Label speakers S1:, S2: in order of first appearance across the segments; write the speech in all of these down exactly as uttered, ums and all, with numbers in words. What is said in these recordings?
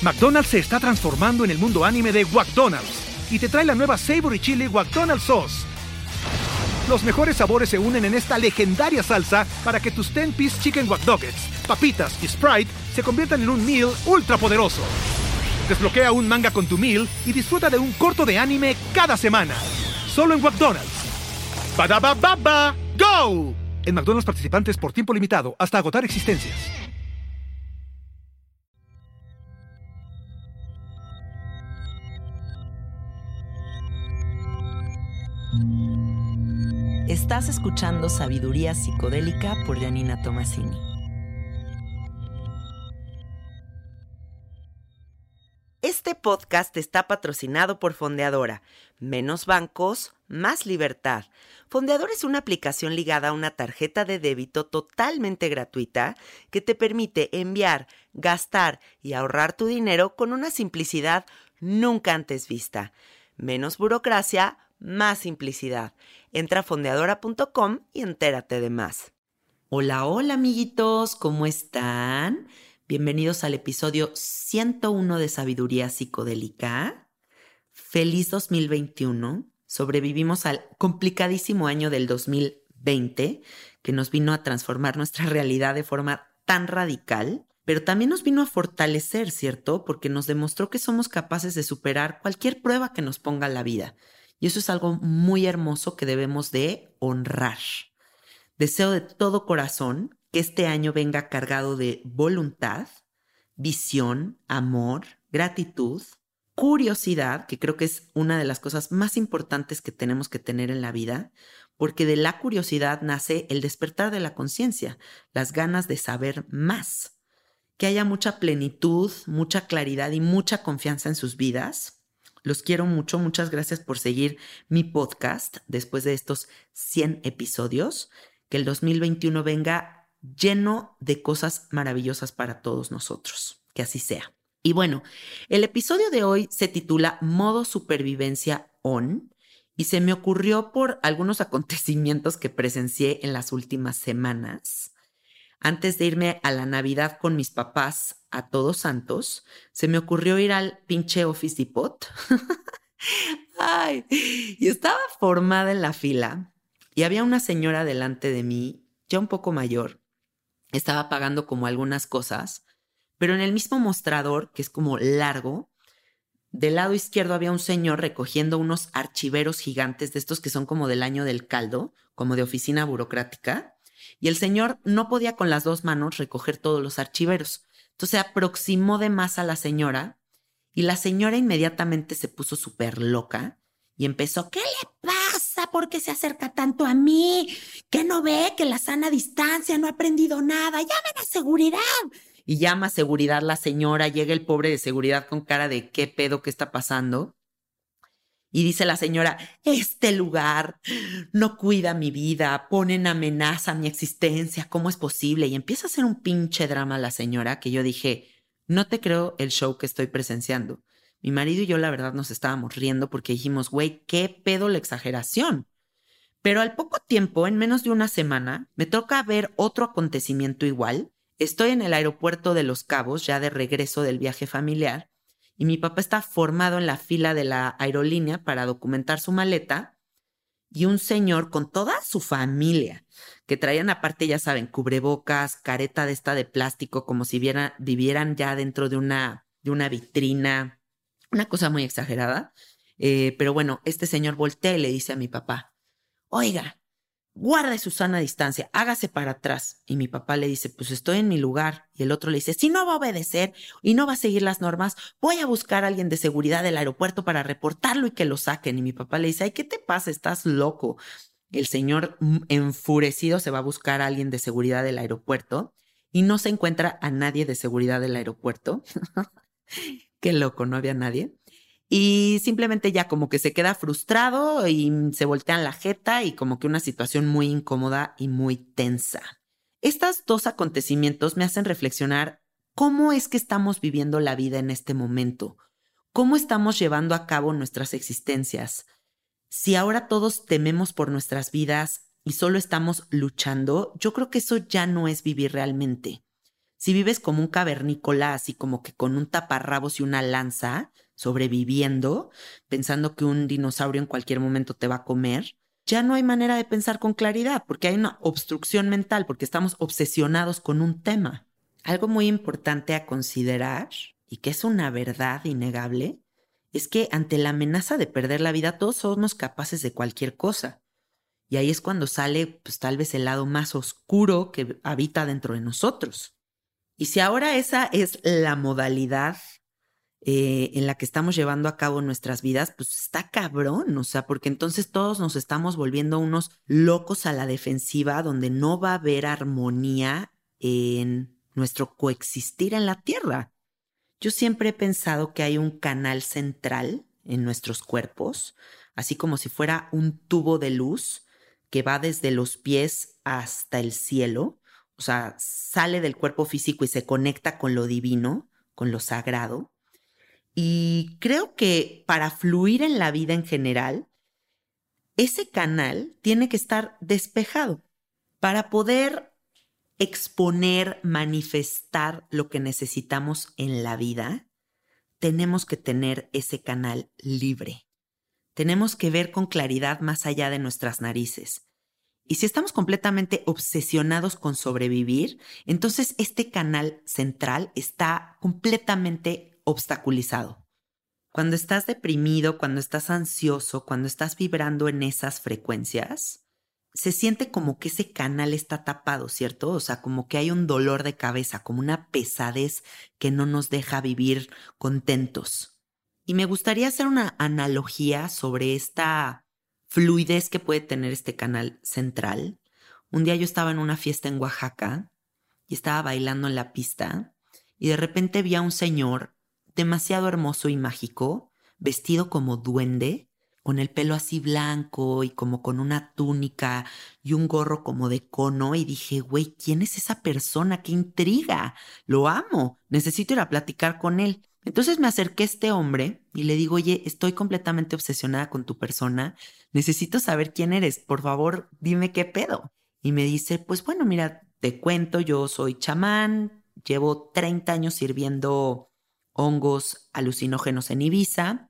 S1: McDonald's se está transformando en el mundo anime de McDonald's y te trae la nueva Savory Chili McDonald's Sauce. Los mejores sabores se unen en esta legendaria salsa para que tus ten-piece chicken wack nuggets, papitas y Sprite se conviertan en un meal ultra poderoso. Desbloquea un manga con tu meal y disfruta de un corto de anime cada semana. Solo en McDonald's. ¡Badaba baba! ¡Go! En McDonald's participantes por tiempo limitado hasta agotar existencias.
S2: Estás escuchando Sabiduría Psicodélica por Janina Tomasini. Este podcast está patrocinado por Fondeadora. Menos bancos, más libertad. Fondeadora es una aplicación ligada a una tarjeta de débito totalmente gratuita que te permite enviar, gastar y ahorrar tu dinero con una simplicidad nunca antes vista. Menos burocracia, más simplicidad. Entra a fondeadora punto com y entérate de más. Hola, hola amiguitos, ¿cómo están? Bienvenidos al episodio ciento uno de Sabiduría Psicodélica. Feliz dos mil veintiuno. Sobrevivimos al complicadísimo año del dos mil veinte, que nos vino a transformar nuestra realidad de forma tan radical, pero también nos vino a fortalecer, ¿cierto? Porque nos demostró que somos capaces de superar cualquier prueba que nos ponga la vida. Y eso es algo muy hermoso que debemos de honrar. Deseo de todo corazón que este año venga cargado de voluntad, visión, amor, gratitud, curiosidad, que creo que es una de las cosas más importantes que tenemos que tener en la vida, porque de la curiosidad nace el despertar de la conciencia, las ganas de saber más, que haya mucha plenitud, mucha claridad y mucha confianza en sus vidas. Los quiero mucho, muchas gracias por seguir mi podcast después de estos cien episodios. Que el dos mil veintiuno venga lleno de cosas maravillosas para todos nosotros. Que así sea. Y bueno, el episodio de hoy se titula Modo Supervivencia On y se me ocurrió por algunos acontecimientos que presencié en las últimas semanas. Antes de irme a la Navidad con mis papás a Todos Santos, se me ocurrió ir al pinche Office Depot. Ay, y estaba formada en la fila y había una señora delante de mí, ya un poco mayor. Estaba pagando como algunas cosas, pero en el mismo mostrador, que es como largo, del lado izquierdo había un señor recogiendo unos archiveros gigantes de estos que son como del año del caldo, como de oficina burocrática. Y el señor no podía con las dos manos recoger todos los archiveros. Entonces se aproximó de más a la señora y la señora inmediatamente se puso súper loca y empezó, ¿qué le pasa? ¿Por qué se acerca tanto a mí? ¿Qué no ve que la sana distancia no ha aprendido nada? ¡Llamen a seguridad! Y llama a seguridad la señora, llega el pobre de seguridad con cara de ¿qué pedo? ¿Qué está pasando? Y dice la señora, este lugar no cuida mi vida, pone en amenaza mi existencia, ¿cómo es posible? Y empieza a hacer un pinche drama la señora que yo dije, no te creo el show que estoy presenciando. Mi marido y yo la verdad nos estábamos riendo porque dijimos, güey, ¿qué pedo la exageración? Pero al poco tiempo, en menos de una semana, me toca ver otro acontecimiento igual. Estoy en el aeropuerto de Los Cabos, ya de regreso del viaje familiar. Y mi papá está formado en la fila de la aerolínea para documentar su maleta y un señor con toda su familia que traían aparte, ya saben, cubrebocas, careta de esta de plástico, como si viera, vivieran ya dentro de una, de una vitrina, una cosa muy exagerada. Eh, pero bueno, este señor voltea y le dice a mi papá, oiga, guarde su sana distancia, hágase para atrás. Y mi papá le dice, pues estoy en mi lugar. Y el otro le dice, si no va a obedecer y no va a seguir las normas, voy a buscar a alguien de seguridad del aeropuerto para reportarlo y que lo saquen. Y mi papá le dice, ay, ¿qué te pasa? Estás loco. El señor enfurecido se va a buscar a alguien de seguridad del aeropuerto y no se encuentra a nadie de seguridad del aeropuerto. Qué loco, no había nadie. Y simplemente ya como que se queda frustrado y se voltean la jeta y como que una situación muy incómoda y muy tensa. Estos dos acontecimientos me hacen reflexionar cómo es que estamos viviendo la vida en este momento, cómo estamos llevando a cabo nuestras existencias. Si ahora todos tememos por nuestras vidas y solo estamos luchando, yo creo que eso ya no es vivir realmente. Si vives como un cavernícola, así como que con un taparrabos y una lanza, sobreviviendo, pensando que un dinosaurio en cualquier momento te va a comer, ya no hay manera de pensar con claridad porque hay una obstrucción mental, porque estamos obsesionados con un tema. Algo muy importante a considerar, y que es una verdad innegable, es que ante la amenaza de perder la vida todos somos capaces de cualquier cosa. Y ahí es cuando sale pues tal vez el lado más oscuro que habita dentro de nosotros. Y si ahora esa es la modalidad eh, en la que estamos llevando a cabo nuestras vidas, pues está cabrón, o sea, porque entonces todos nos estamos volviendo unos locos a la defensiva donde no va a haber armonía en nuestro coexistir en la Tierra. Yo siempre he pensado que hay un canal central en nuestros cuerpos, así como si fuera un tubo de luz que va desde los pies hasta el cielo, o sea, sale del cuerpo físico y se conecta con lo divino, con lo sagrado. Y creo que para fluir en la vida en general, ese canal tiene que estar despejado para poder exponer, manifestar lo que necesitamos en la vida. Tenemos que tener ese canal libre. Tenemos que ver con claridad más allá de nuestras narices. Y si estamos completamente obsesionados con sobrevivir, entonces este canal central está completamente obstaculizado. Cuando estás deprimido, cuando estás ansioso, cuando estás vibrando en esas frecuencias, se siente como que ese canal está tapado, ¿cierto? O sea, como que hay un dolor de cabeza, como una pesadez que no nos deja vivir contentos. Y me gustaría hacer una analogía sobre esta fluidez que puede tener este canal central. Un día yo estaba en una fiesta en Oaxaca y estaba bailando en la pista y de repente vi a un señor demasiado hermoso y mágico, vestido como duende, con el pelo así blanco y como con una túnica y un gorro como de cono, y dije, güey, ¿quién es esa persona? ¡Qué intriga! Lo amo, necesito ir a platicar con él. Entonces me acerqué a este hombre y le digo, oye, estoy completamente obsesionada con tu persona, necesito saber quién eres, por favor, dime qué pedo. Y me dice, pues bueno, mira, te cuento, yo soy chamán, llevo treinta años sirviendo hongos alucinógenos en Ibiza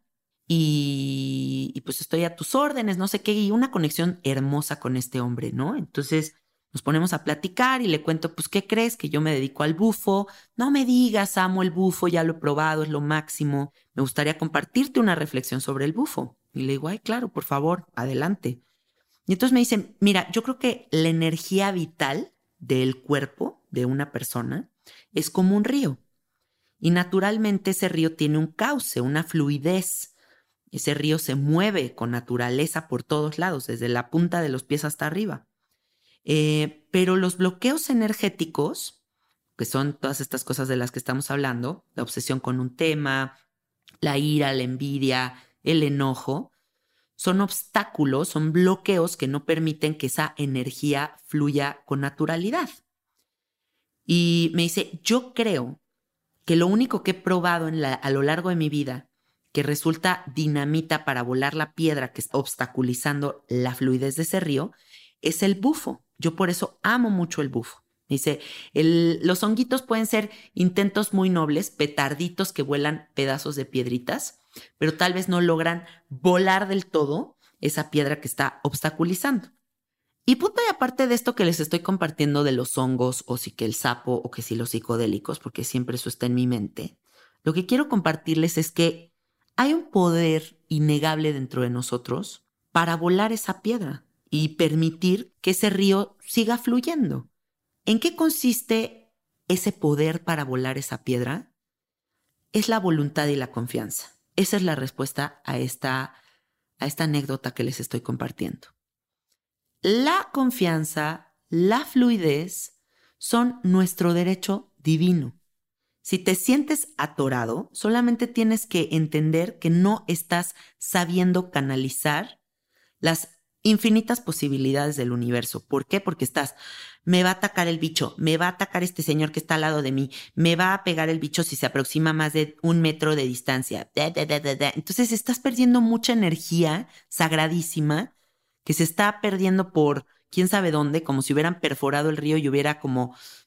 S2: y, y pues estoy a tus órdenes, no sé qué, y una conexión hermosa con este hombre, ¿no? Entonces nos ponemos a platicar y le cuento, pues, ¿qué crees? Que yo me dedico al bufo. No me digas, amo el bufo, ya lo he probado, es lo máximo. Me gustaría compartirte una reflexión sobre el bufo. Y le digo, ay, claro, por favor, adelante. Y entonces me dice, mira, yo creo que la energía vital del cuerpo de una persona es como un río. Y naturalmente ese río tiene un cauce, una fluidez. Ese río se mueve con naturaleza por todos lados, desde la punta de los pies hasta arriba. Eh, pero los bloqueos energéticos, que son todas estas cosas de las que estamos hablando, la obsesión con un tema, la ira, la envidia, el enojo, son obstáculos, son bloqueos que no permiten que esa energía fluya con naturalidad. Y me dice, yo creo que lo único que he probado en la, a lo largo de mi vida que resulta dinamita para volar la piedra que está obstaculizando la fluidez de ese río es el bufo. Yo por eso amo mucho el bufo. Dice, el, los honguitos pueden ser intentos muy nobles, petarditos que vuelan pedazos de piedritas, pero tal vez no logran volar del todo esa piedra que está obstaculizando. Y punto y aparte de esto que les estoy compartiendo de los hongos, o si que el sapo, o que si los psicodélicos, porque siempre eso está en mi mente, lo que quiero compartirles es que hay un poder innegable dentro de nosotros para volar esa piedra y permitir que ese río siga fluyendo. ¿En qué consiste ese poder para volar esa piedra? Es la voluntad y la confianza. Esa es la respuesta a esta, a esta anécdota que les estoy compartiendo. La confianza, la fluidez son nuestro derecho divino. Si te sientes atorado, solamente tienes que entender que no estás sabiendo canalizar las infinitas posibilidades del universo. ¿Por qué? Porque estás, me va a atacar el bicho, me va a atacar este señor que está al lado de mí, me va a pegar el bicho si se aproxima más de un metro de distancia. Entonces estás perdiendo mucha energía sagradísima que se está perdiendo por quién sabe dónde, como si hubieran perforado el río y hubiera como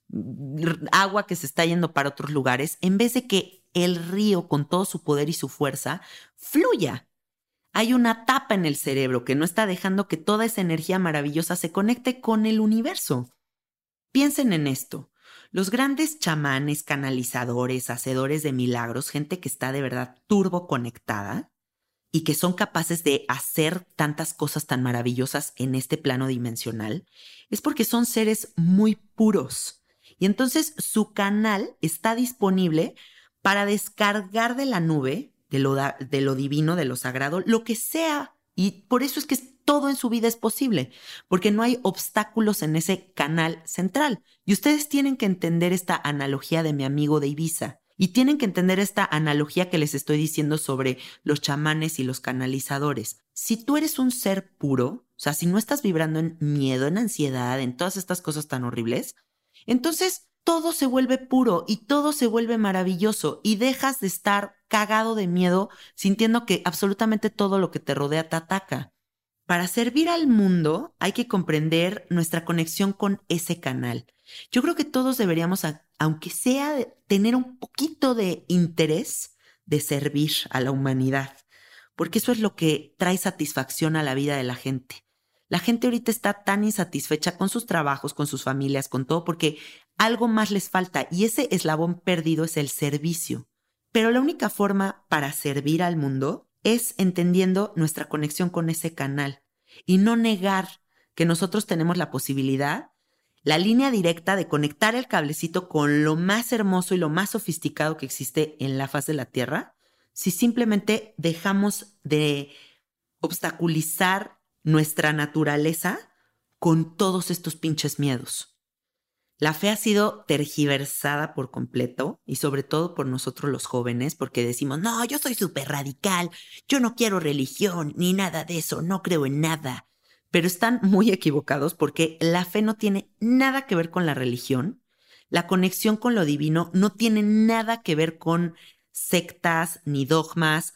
S2: agua que se está yendo para otros lugares, en vez de que el río con todo su poder y su fuerza fluya. Hay una tapa en el cerebro que no está dejando que toda esa energía maravillosa se conecte con el universo. Piensen en esto. Los grandes chamanes, canalizadores, hacedores de milagros, gente que está de verdad turbo conectada y que son capaces de hacer tantas cosas tan maravillosas en este plano dimensional, es porque son seres muy puros. Y entonces su canal está disponible para descargar de la nube, de lo, de lo divino, de lo sagrado, lo que sea. Y por eso es que todo en su vida es posible, porque no hay obstáculos en ese canal central. Y ustedes tienen que entender esta analogía de mi amigo de Ibiza. Y tienen que entender esta analogía que les estoy diciendo sobre los chamanes y los canalizadores. Si tú eres un ser puro, o sea, si no estás vibrando en miedo, en ansiedad, en todas estas cosas tan horribles, entonces todo se vuelve puro y todo se vuelve maravilloso y dejas de estar cagado de miedo sintiendo que absolutamente todo lo que te rodea te ataca. Para servir al mundo hay que comprender nuestra conexión con ese canal. Yo creo que todos deberíamos, aunque sea tener un poquito de interés de servir a la humanidad, porque eso es lo que trae satisfacción a la vida de la gente. La gente ahorita está tan insatisfecha con sus trabajos, con sus familias, con todo, porque algo más les falta y ese eslabón perdido es el servicio. Pero la única forma para servir al mundo es entendiendo nuestra conexión con ese canal y no negar que nosotros tenemos la posibilidad, la línea directa de conectar el cablecito con lo más hermoso y lo más sofisticado que existe en la faz de la Tierra, si simplemente dejamos de obstaculizar nuestra naturaleza con todos estos pinches miedos. La fe ha sido tergiversada por completo y sobre todo por nosotros los jóvenes porque decimos, no, yo soy súper radical, yo no quiero religión ni nada de eso, no creo en nada. Pero están muy equivocados porque la fe no tiene nada que ver con la religión, la conexión con lo divino no tiene nada que ver con sectas, ni dogmas,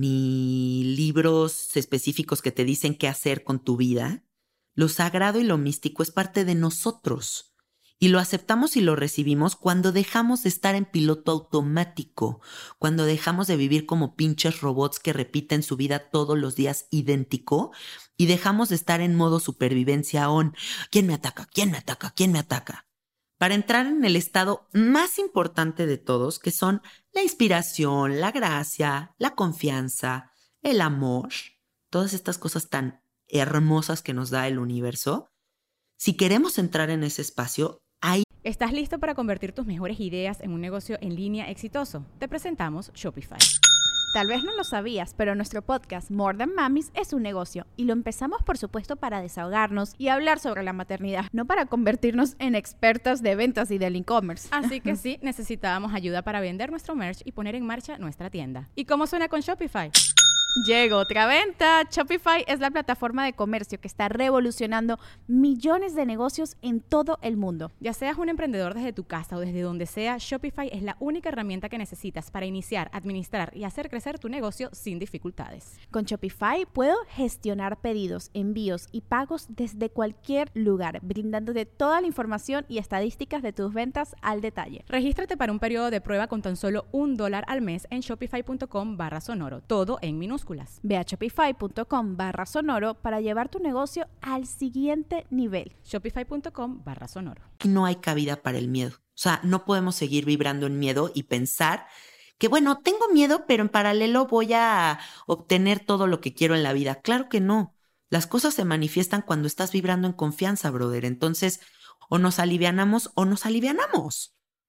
S2: ni libros específicos que te dicen qué hacer con tu vida. Lo sagrado y lo místico es parte de nosotros. Y lo aceptamos y lo recibimos cuando dejamos de estar en piloto automático, cuando dejamos de vivir como pinches robots que repiten su vida todos los días idéntico y dejamos de estar en modo supervivencia on. ¿Quién me ataca? ¿Quién me ataca? ¿Quién me ataca? Para entrar en el estado más importante de todos, que son la inspiración, la gracia, la confianza, el amor, todas estas cosas tan hermosas que nos da el universo. Si queremos entrar en ese espacio, hay...
S3: ¿Estás listo para convertir tus mejores ideas en un negocio en línea exitoso? Te presentamos Shopify.
S4: Tal vez no lo sabías, pero nuestro podcast More Than Mamis es un negocio y lo empezamos por supuesto para desahogarnos y hablar sobre la maternidad, no para convertirnos en expertas de ventas y del e-commerce.
S3: Así que sí, necesitábamos ayuda para vender nuestro merch y poner en marcha nuestra tienda. ¿Y cómo suena con Shopify?
S4: Llegó otra venta. Shopify es la plataforma de comercio que está revolucionando millones de negocios en todo el mundo.
S3: Ya seas un emprendedor desde tu casa o desde donde sea, Shopify es la única herramienta que necesitas para iniciar, administrar y hacer crecer tu negocio sin dificultades.
S4: Con Shopify puedo gestionar pedidos, envíos y pagos desde cualquier lugar, brindándote toda la información y estadísticas de tus ventas al detalle.
S3: Regístrate para un periodo de prueba con tan solo un dólar al mes en shopify.com barra sonoro, todo en minúsculas.
S4: Ve a shopify.com barra sonoro para llevar tu negocio al siguiente nivel.
S3: Shopify.com barra sonoro.
S2: No hay cabida para el miedo. O sea, no podemos seguir vibrando en miedo y pensar que, bueno, tengo miedo, pero en paralelo voy a obtener todo lo que quiero en la vida. Claro que no. Las cosas se manifiestan cuando estás vibrando en confianza, brother. Entonces, o nos alivianamos o nos alivianamos.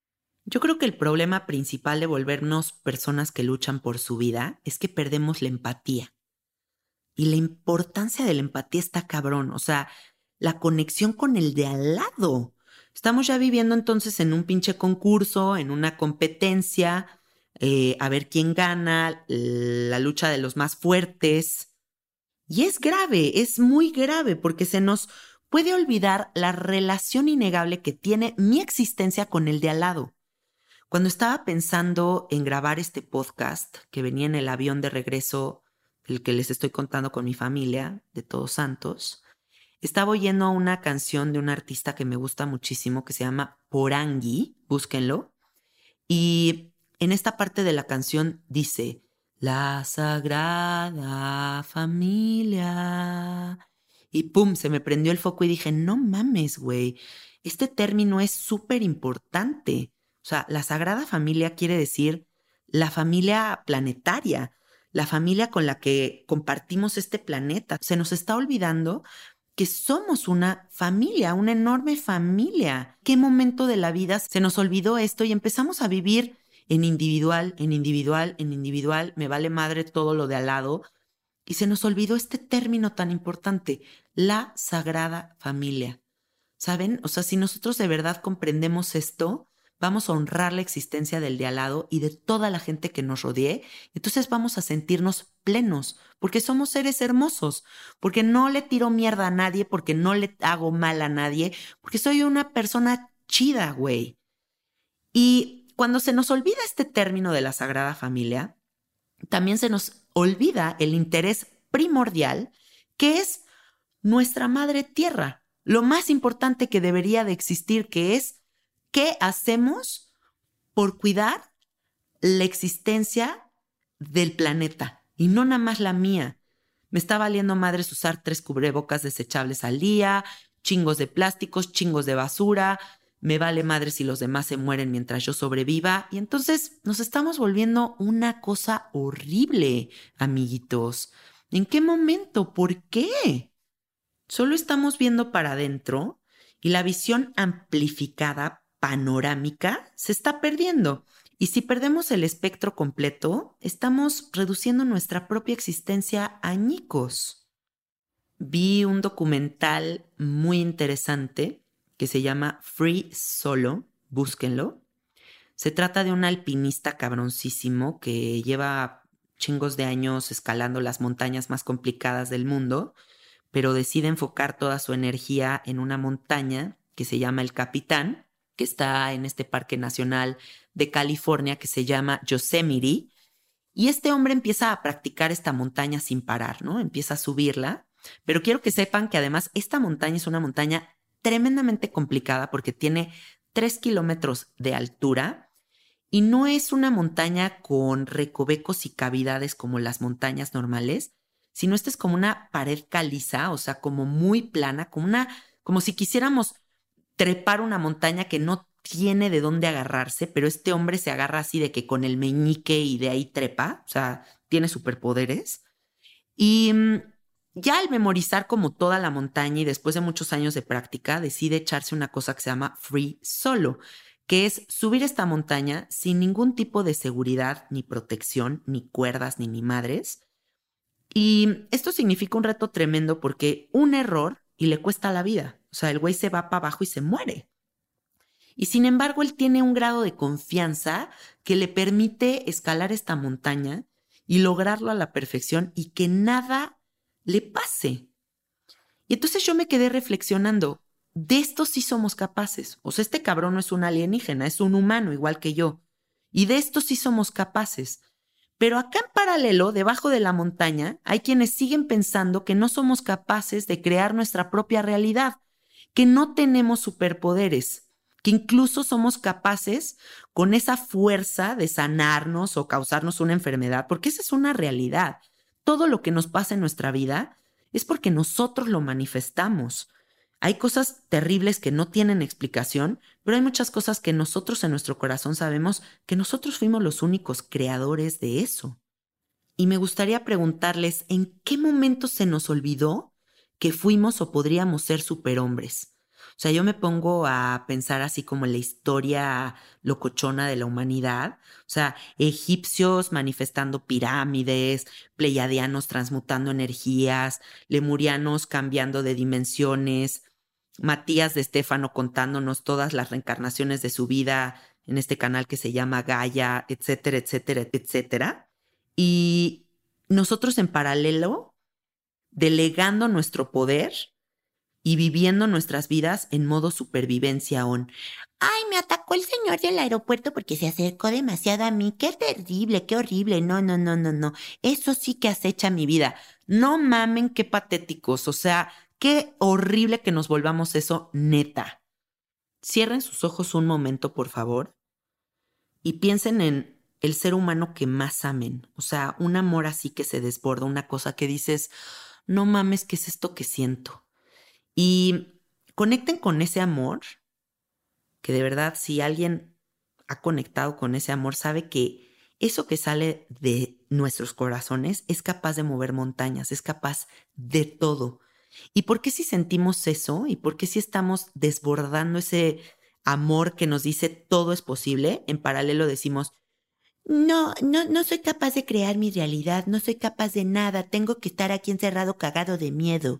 S2: Yo creo que el problema principal de volvernos personas que luchan por su vida es que perdemos la empatía. Y la importancia de la empatía está cabrón. O sea, la conexión con el de al lado. Estamos ya viviendo entonces en un pinche concurso, en una competencia, eh, a ver quién gana, la lucha de los más fuertes. Y es grave, es muy grave porque se nos puede olvidar la relación innegable que tiene mi existencia con el de al lado. Cuando estaba pensando en grabar este podcast, que venía en el avión de regreso, el que les estoy contando con mi familia, de Todos Santos, Estaba oyendo una canción de un artista que me gusta muchísimo que se llama Porangui, búsquenlo. Y en esta parte de la canción dice, la Sagrada Familia. Y pum, se me prendió el foco y dije, no mames, güey, este término es súper importante. O sea, la Sagrada Familia quiere decir la familia planetaria, la familia con la que compartimos este planeta. Se nos está olvidando que somos una familia, una enorme familia. ¿Qué momento de la vida se nos olvidó esto y empezamos a vivir en individual, en individual, en individual? Me vale madre todo lo de al lado. Y se nos olvidó este término tan importante, la Sagrada Familia. ¿Saben? O sea, si nosotros de verdad comprendemos esto, vamos a honrar la existencia del de al lado y de toda la gente que nos rodee. Entonces vamos a sentirnos plenos, porque somos seres hermosos, porque no le tiro mierda a nadie, porque no le hago mal a nadie, porque soy una persona chida, güey. Y cuando se nos olvida este término de la Sagrada Familia, también se nos olvida el interés primordial, que es nuestra madre tierra. Lo más importante que debería de existir, que es ¿qué hacemos por cuidar la existencia del planeta? Y no nada más la mía. Me está valiendo madres usar tres cubrebocas desechables al día, chingos de plásticos, chingos de basura. Me vale madre si los demás se mueren mientras yo sobreviva. Y entonces nos estamos volviendo una cosa horrible, amiguitos. ¿En qué momento? ¿Por qué? Solo estamos viendo para adentro y la visión amplificada panorámica se está perdiendo. Y si perdemos el espectro completo, estamos reduciendo nuestra propia existencia a añicos. Vi un documental muy interesante que se llama Free Solo, búsquenlo. Se trata de un alpinista cabroncísimo que lleva chingos de años escalando las montañas más complicadas del mundo, pero decide enfocar toda su energía en una montaña que se llama El Capitán, que está en este parque nacional de California que se llama Yosemite. Y este hombre empieza a practicar esta montaña sin parar, ¿no? Empieza a subirla. Pero quiero que sepan que además esta montaña es una montaña tremendamente complicada porque tiene tres kilómetros de altura y no es una montaña con recovecos y cavidades como las montañas normales, sino esta es como una pared caliza, o sea, como muy plana, como, una, como si quisiéramos trepar una montaña que no tiene de dónde agarrarse, pero este hombre se agarra así de que con el meñique y de ahí trepa, o sea, tiene superpoderes. Y mmm, ya al memorizar como toda la montaña y después de muchos años de práctica, decide echarse una cosa que se llama Free Solo, que es subir esta montaña sin ningún tipo de seguridad, ni protección, ni cuerdas, ni ni madres. Y esto significa un reto tremendo porque un error y le cuesta la vida. O sea, el güey se va para abajo y se muere. Y sin embargo, él tiene un grado de confianza que le permite escalar esta montaña y lograrlo a la perfección y que nada le pase. Y entonces yo me quedé reflexionando, de esto sí somos capaces. O sea, este cabrón no es un alienígena, es un humano igual que yo. Y de esto sí somos capaces. Pero acá en paralelo, debajo de la montaña, hay quienes siguen pensando que no somos capaces de crear nuestra propia realidad, que no tenemos superpoderes, que incluso somos capaces con esa fuerza de sanarnos o causarnos una enfermedad, porque esa es una realidad. Todo lo que nos pasa en nuestra vida es porque nosotros lo manifestamos. Hay cosas terribles que no tienen explicación, pero hay muchas cosas que nosotros en nuestro corazón sabemos que nosotros fuimos los únicos creadores de eso. Y me gustaría preguntarles, ¿en qué momento se nos olvidó que fuimos o podríamos ser superhombres? O sea, yo me pongo a pensar así como en la historia locochona de la humanidad. O sea, egipcios manifestando pirámides, pleiadianos transmutando energías, lemurianos cambiando de dimensiones, Matías de Estéfano contándonos todas las reencarnaciones de su vida en este canal que se llama Gaia, etcétera, etcétera, etcétera. Y nosotros en paralelo, delegando nuestro poder y viviendo nuestras vidas en modo supervivencia on. Ay, me atacó el señor del aeropuerto porque se acercó demasiado a mí. Qué terrible, qué horrible. No, no, no, no, no. Eso sí que acecha mi vida. No mamen, qué patéticos. O sea, qué horrible que nos volvamos eso, neta. Cierren sus ojos un momento, por favor, y piensen en el ser humano que más amen. O sea, un amor así que se desborda, una cosa que dices, no mames, ¿qué es esto que siento? Y conecten con ese amor, que de verdad, si alguien ha conectado con ese amor, sabe que eso que sale de nuestros corazones es capaz de mover montañas, es capaz de todo. ¿Y por qué si sentimos eso? ¿Y por qué si estamos desbordando ese amor que nos dice todo es posible? En paralelo decimos, no, no, no soy capaz de crear mi realidad, no soy capaz de nada, tengo que estar aquí encerrado cagado de miedo.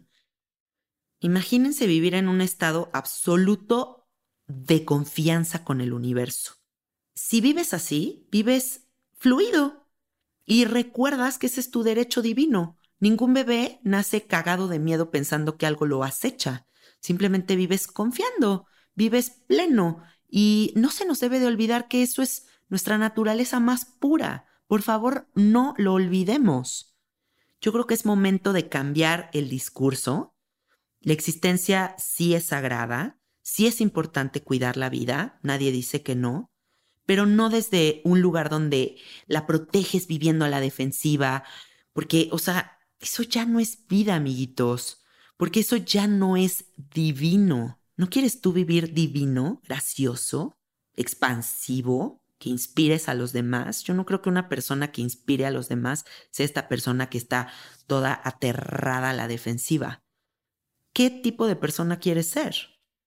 S2: Imagínense vivir en un estado absoluto de confianza con el universo. Si vives así, vives fluido y recuerdas que ese es tu derecho divino. Ningún bebé nace cagado de miedo pensando que algo lo acecha. Simplemente vives confiando, vives pleno y no se nos debe de olvidar que eso es nuestra naturaleza más pura. Por favor, no lo olvidemos. Yo creo que es momento de cambiar el discurso. La existencia sí es sagrada, sí es importante cuidar la vida, nadie dice que no, pero no desde un lugar donde la proteges viviendo a la defensiva, porque, o sea, eso ya no es vida, amiguitos, porque eso ya no es divino. ¿No quieres tú vivir divino, gracioso, expansivo, que inspires a los demás? Yo no creo que una persona que inspire a los demás sea esta persona que está toda aterrada a la defensiva. ¿Qué tipo de persona quieres ser?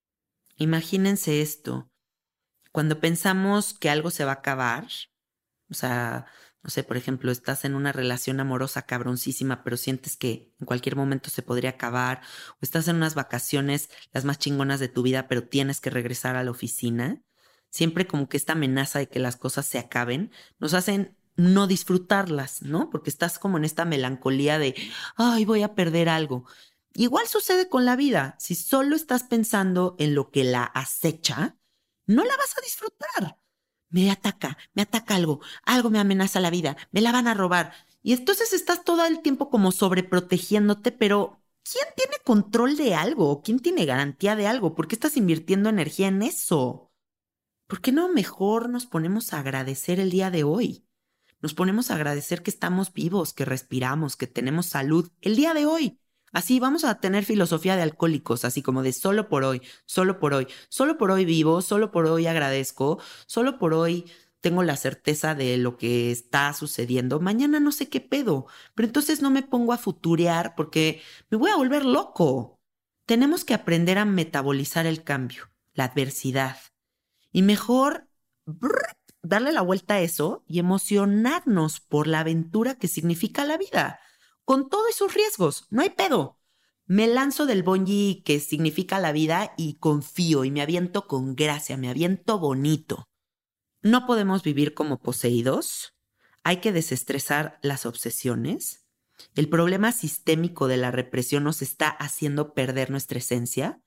S2: Imagínense esto. Cuando pensamos que algo se va a acabar, o sea, no sé, por ejemplo, estás en una relación amorosa cabroncísima, pero sientes que en cualquier momento se podría acabar, o estás en unas vacaciones las más chingonas de tu vida, pero tienes que regresar a la oficina, siempre como que esta amenaza de que las cosas se acaben, nos hacen no disfrutarlas, ¿no? Porque estás como en esta melancolía de, ay, voy a perder algo. Igual sucede con la vida. Si solo estás pensando en lo que la acecha, no la vas a disfrutar. Me ataca, me ataca algo, algo me amenaza la vida, me la van a robar. Y entonces estás todo el tiempo como sobreprotegiéndote, pero ¿quién tiene control de algo? ¿Quién tiene garantía de algo? ¿Por qué estás invirtiendo energía en eso? ¿Por qué no mejor nos ponemos a agradecer el día de hoy? Nos ponemos a agradecer que estamos vivos, que respiramos, que tenemos salud el día de hoy. Así vamos a tener filosofía de alcohólicos, así como de solo por hoy, solo por hoy, solo por hoy vivo, solo por hoy agradezco, solo por hoy tengo la certeza de lo que está sucediendo. Mañana no sé qué pedo, pero entonces no me pongo a futurear porque me voy a volver loco. Tenemos que aprender a metabolizar el cambio, la adversidad, y mejor brrr, darle la vuelta a eso y emocionarnos por la aventura que significa la vida. Con todos sus riesgos, no hay pedo. Me lanzo del bungee que significa la vida y confío y me aviento con gracia, me aviento bonito. No podemos vivir como poseídos. Hay que desestresar las obsesiones. El problema sistémico de la represión nos está haciendo perder nuestra esencia.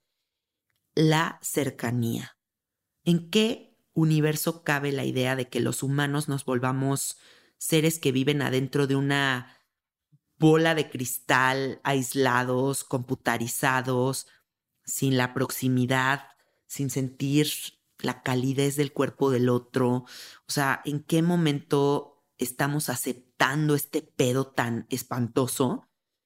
S2: La cercanía. ¿En qué universo cabe la idea de que los humanos nos volvamos seres que viven adentro de una bola de cristal, aislados, computarizados, sin la proximidad, sin sentir la calidez del cuerpo del otro? O sea, ¿en qué momento estamos aceptando este pedo tan espantoso?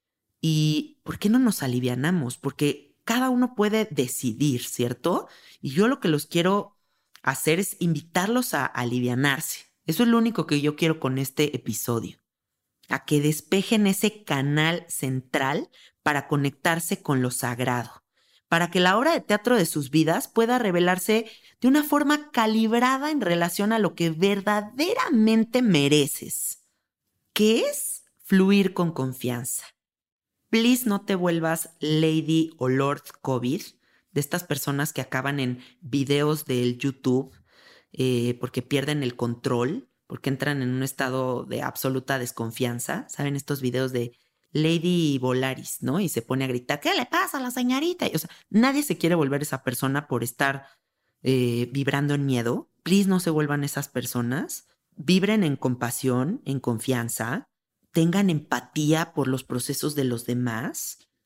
S2: ¿Y por qué no nos alivianamos? Porque cada uno puede decidir, ¿cierto? Y yo lo que los quiero hacer es invitarlos a alivianarse. Eso es lo único que yo quiero con este episodio. A que despejen ese canal central para conectarse con lo sagrado, para que la obra de teatro de sus vidas pueda revelarse de una forma calibrada en relación a lo que verdaderamente mereces, que es fluir con confianza. Please no te vuelvas Lady o Lord COVID, de estas personas que acaban en videos del YouTube eh, porque pierden el control, porque entran en un estado de absoluta desconfianza. ¿Saben estos videos de Lady Volaris, no? Y se pone a gritar, ¿qué le pasa a la señorita? Y, o sea, nadie se quiere volver esa persona por estar eh, vibrando en miedo. Please no se vuelvan esas personas. Vibren en compasión, en confianza. Tengan empatía por los procesos de los demás.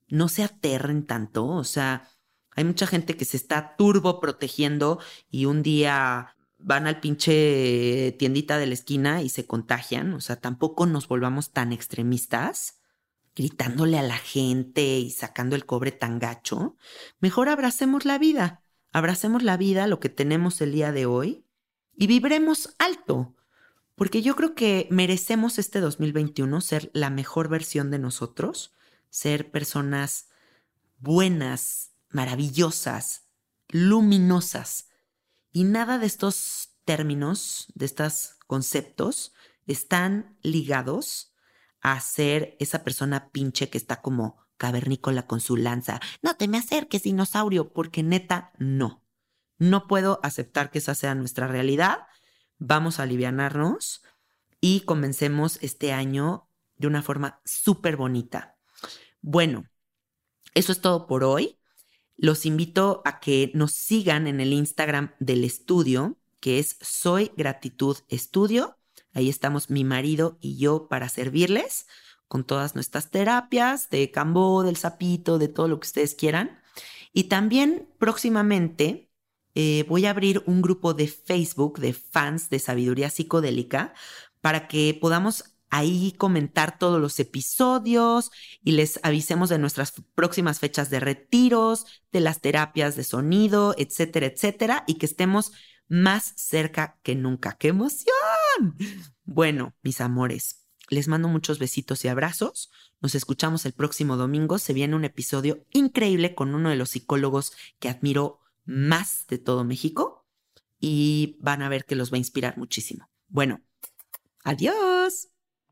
S2: no se aterren tanto. O sea, hay mucha gente que se está turbo protegiendo y un día van al pinche tiendita de la esquina y se contagian. O sea, tampoco nos volvamos tan extremistas, gritándole a la gente y sacando el cobre tan gacho. Mejor abracemos la vida, abracemos la vida, lo que tenemos el día de hoy, y vibremos alto, porque yo creo que merecemos este dos mil veintiuno ser la mejor versión de nosotros, ser personas buenas, maravillosas, luminosas. Y nada de estos términos, de estos conceptos, están ligados a ser esa persona pinche que está como cavernícola con su lanza. No te me acerques, dinosaurio, porque neta, no. No puedo aceptar que esa sea nuestra realidad. Vamos a alivianarnos y comencemos este año de una forma súper bonita. Bueno, eso es todo por hoy. Los invito a que nos sigan en el Instagram del estudio, que es Soy Gratitud Estudio. Ahí estamos mi marido y yo para servirles con todas nuestras terapias de Cambó, del sapito, de todo lo que ustedes quieran. Y también próximamente eh, voy a abrir un grupo de Facebook de fans de Sabiduría Psicodélica para que podamos ahí comentar todos los episodios y les avisemos de nuestras próximas fechas de retiros, de las terapias de sonido, etcétera, etcétera, y que estemos más cerca que nunca. ¡Qué emoción! Bueno, mis amores, les mando muchos besitos y abrazos. Nos escuchamos el próximo domingo. Se viene un episodio increíble con uno de los psicólogos que admiro más de todo México y van a ver que los va a inspirar muchísimo. Bueno, adiós.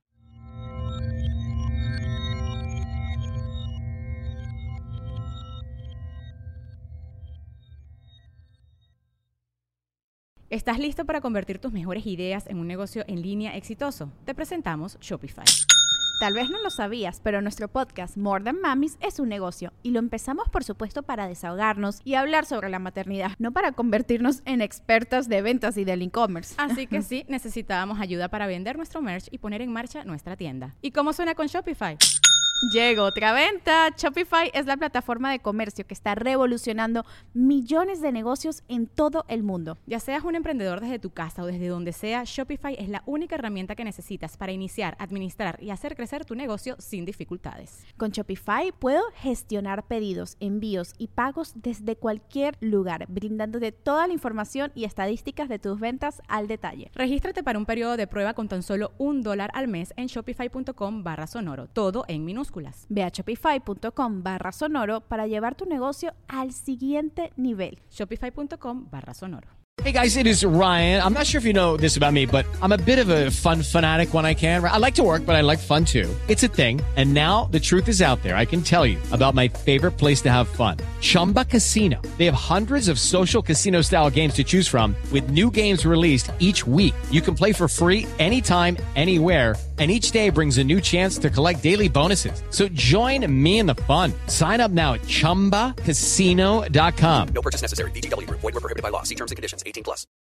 S3: ¿Estás listo para convertir tus mejores ideas en un negocio en línea exitoso? Te presentamos Shopify.
S4: Tal vez no lo sabías, pero nuestro podcast More Than Mamis es un negocio y lo empezamos por supuesto para desahogarnos y hablar sobre la maternidad, no para convertirnos en expertas de ventas y del e-commerce.
S3: Así que sí, necesitábamos ayuda para vender nuestro merch y poner en marcha nuestra tienda. ¿Y cómo suena con Shopify?
S4: Llegó otra venta. Shopify es la plataforma de comercio que está revolucionando millones de negocios en todo el mundo.
S3: Ya seas un emprendedor desde tu casa o desde donde sea, Shopify es la única herramienta que necesitas para iniciar, administrar y hacer crecer tu negocio sin dificultades.
S4: Con Shopify puedo gestionar pedidos, envíos y pagos desde cualquier lugar, brindándote toda la información y estadísticas de tus ventas al detalle.
S3: Regístrate para un periodo de prueba con tan solo un dólar al mes en shopify.com barra sonoro, todo en minúsculas.
S4: Ve a shopify.com barra sonoro para llevar tu negocio al siguiente nivel.
S3: Shopify.com barra sonoro.
S5: Hey guys, it is Ryan. I'm not sure if you know this about me, but I'm a bit of a fun fanatic when I can. I like to work, but I like fun too. It's a thing. And now the truth is out there. I can tell you about my favorite place to have fun. Chumba Casino. They have hundreds of social casino style games to choose from with new games released each week. You can play for free anytime, anywhere. And each day brings a new chance to collect daily bonuses. So join me in the fun. Sign up now at chumba casino dot com.
S6: No purchase necessary. V G W Group. Void where prohibited by law. See terms and conditions. eighteen plus.